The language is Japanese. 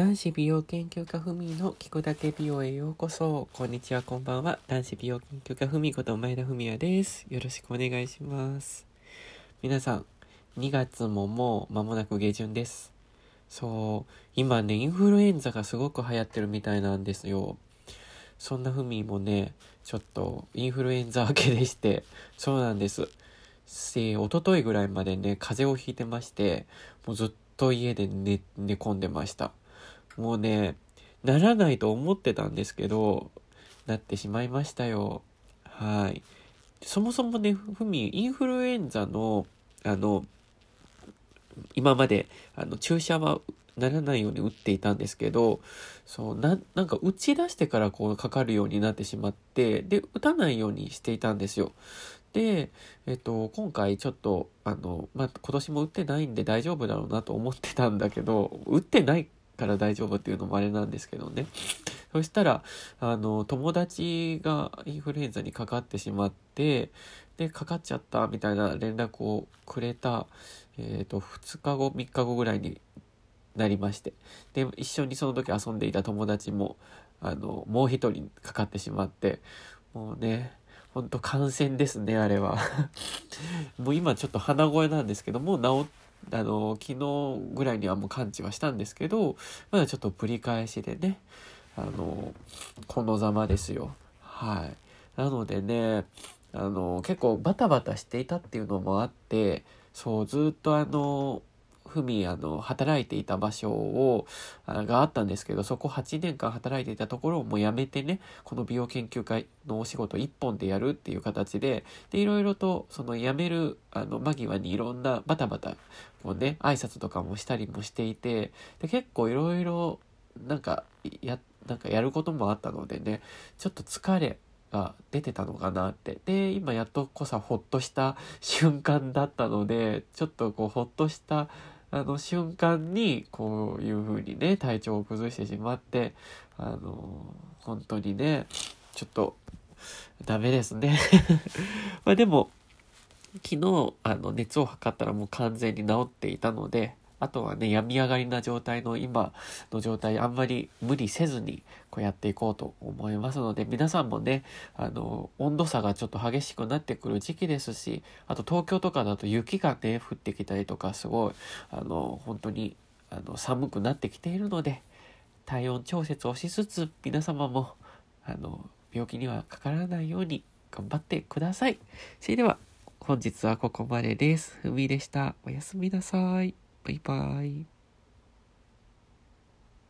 男子美容研究家ふみの聞くだけ美容へようこそ。こんにちは、こんばんは。男子美容研究家ふみこと前田文也です。よろしくお願いします。皆さん、2月ももう間もなく下旬です。そう、今ね、インフルエンザがすごく流行ってるみたいなんですよ。そんなふみもね、ちょっとインフルエンザ明けでして、そうなんです。一昨日ぐらいまでね、風邪をひいてまして、もうずっと家で寝込んでました。もうね、ならないと思ってたんですけど、なってしまいましたよ。はい。そもそもね、インフルエンザの、あの、今まで、注射はならないように打っていたんですけど、そう、なんか打ち出してからこうかかるようになってしまって、で、打たないようにしていたんですよ。で、今回ちょっと、今年も打ってないんで大丈夫だろうなと思ってたんだけど、打ってないから大丈夫っていうのもあれなんですけどね。そしたら、友達がインフルエンザにかかってしまって、で、かかっちゃったみたいな連絡をくれた、2日後、3日後ぐらいになりまして。で、一緒にその時遊んでいた友達も、もう一人かかってしまって、もうね、ほんと感染ですね、あれは。もう今ちょっと鼻声なんですけども、昨日ぐらいにはもう完治はしたんですけど、まだちょっとぶり返しでね、このざまですよ。はい。なのでね、結構バタバタしていたっていうのもあって、そう、ずっと働いていた場所があったんですけど、そこ8年間働いていたところをもう辞めてね、この美容研究会のお仕事一本でやるっていう形で、いろいろと、その辞める、間際にいろんなバタバタ、こうね、挨拶とかもしたりもしていて、で、結構いろいろ、なんかやることもあったのでね、ちょっと疲れが出てたのかなって。で、今やっとこそほっとした瞬間だったので、ちょっとこうほっとした瞬間にこういう風にね、体調を崩してしまって、本当にね、ちょっとダメですね。まあでも、昨日熱を測ったらもう完全に治っていたので、あとはね、病み上がりな状態の今の状態、あんまり無理せずにこうやっていこうと思いますので、皆さんもね、温度差がちょっと激しくなってくる時期ですし、あと東京とかだと雪がね、降ってきたりとか、すごい、本当に、寒くなってきているので、体温調節をしつつ、皆様も、病気にはかからないように頑張ってください。それでは、本日はここまでです。ふみでした。おやすみなさい。バイバイ。